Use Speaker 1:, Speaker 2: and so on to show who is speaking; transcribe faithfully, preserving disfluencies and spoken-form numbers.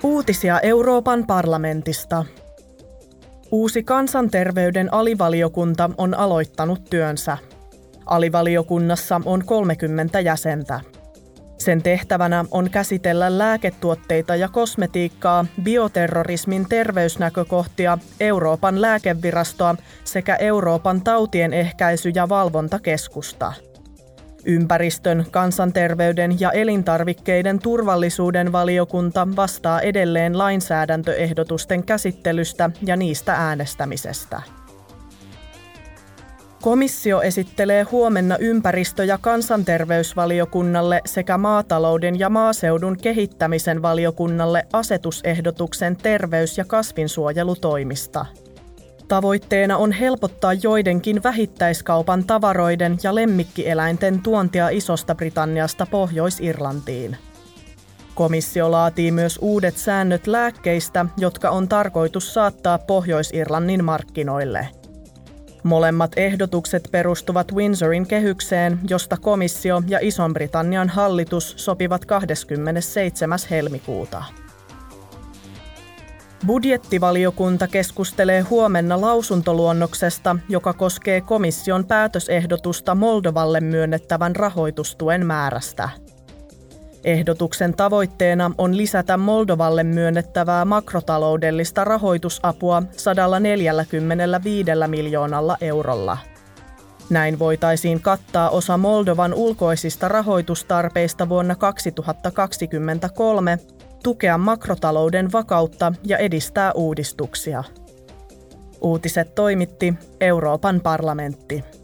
Speaker 1: Uutisia Euroopan parlamentista. Uusi kansanterveyden alivaliokunta on aloittanut työnsä. Alivaliokunnassa on kolmekymmentä jäsentä. Sen tehtävänä on käsitellä lääketuotteita ja kosmetiikkaa, bioterrorismin terveysnäkökohtia, Euroopan lääkevirastoa sekä Euroopan tautien ehkäisy- ja valvontakeskusta. Ympäristön, kansanterveyden ja elintarvikkeiden turvallisuuden valiokunta vastaa edelleen lainsäädäntöehdotusten käsittelystä ja niistä äänestämisestä. Komissio esittelee huomenna ympäristö- ja kansanterveysvaliokunnalle sekä maatalouden ja maaseudun kehittämisen valiokunnalle asetusehdotuksen terveys- ja kasvinsuojelutoimista. Tavoitteena on helpottaa joidenkin vähittäiskaupan tavaroiden ja lemmikkieläinten tuontia Isosta Britanniasta Pohjois-Irlantiin. Komissio laatii myös uudet säännöt lääkkeistä, jotka on tarkoitus saattaa Pohjois-Irlannin markkinoille. Molemmat ehdotukset perustuvat Windsorin kehykseen, josta komissio ja Ison-Britannian hallitus sopivat kahdeskymmenesseitsemäs helmikuuta. Budjettivaliokunta keskustelee huomenna lausuntoluonnoksesta, joka koskee komission päätösehdotusta Moldovalle myönnettävän rahoitustuen määrästä. Ehdotuksen tavoitteena on lisätä Moldovalle myönnettävää makrotaloudellista rahoitusapua sata neljäkymmentäviisi miljoonalla eurolla. Näin voitaisiin kattaa osa Moldovan ulkoisista rahoitustarpeista vuonna kaksituhattakaksikymmentäkolme, tukea makrotalouden vakautta ja edistää uudistuksia. Uutiset toimitti Euroopan parlamentti.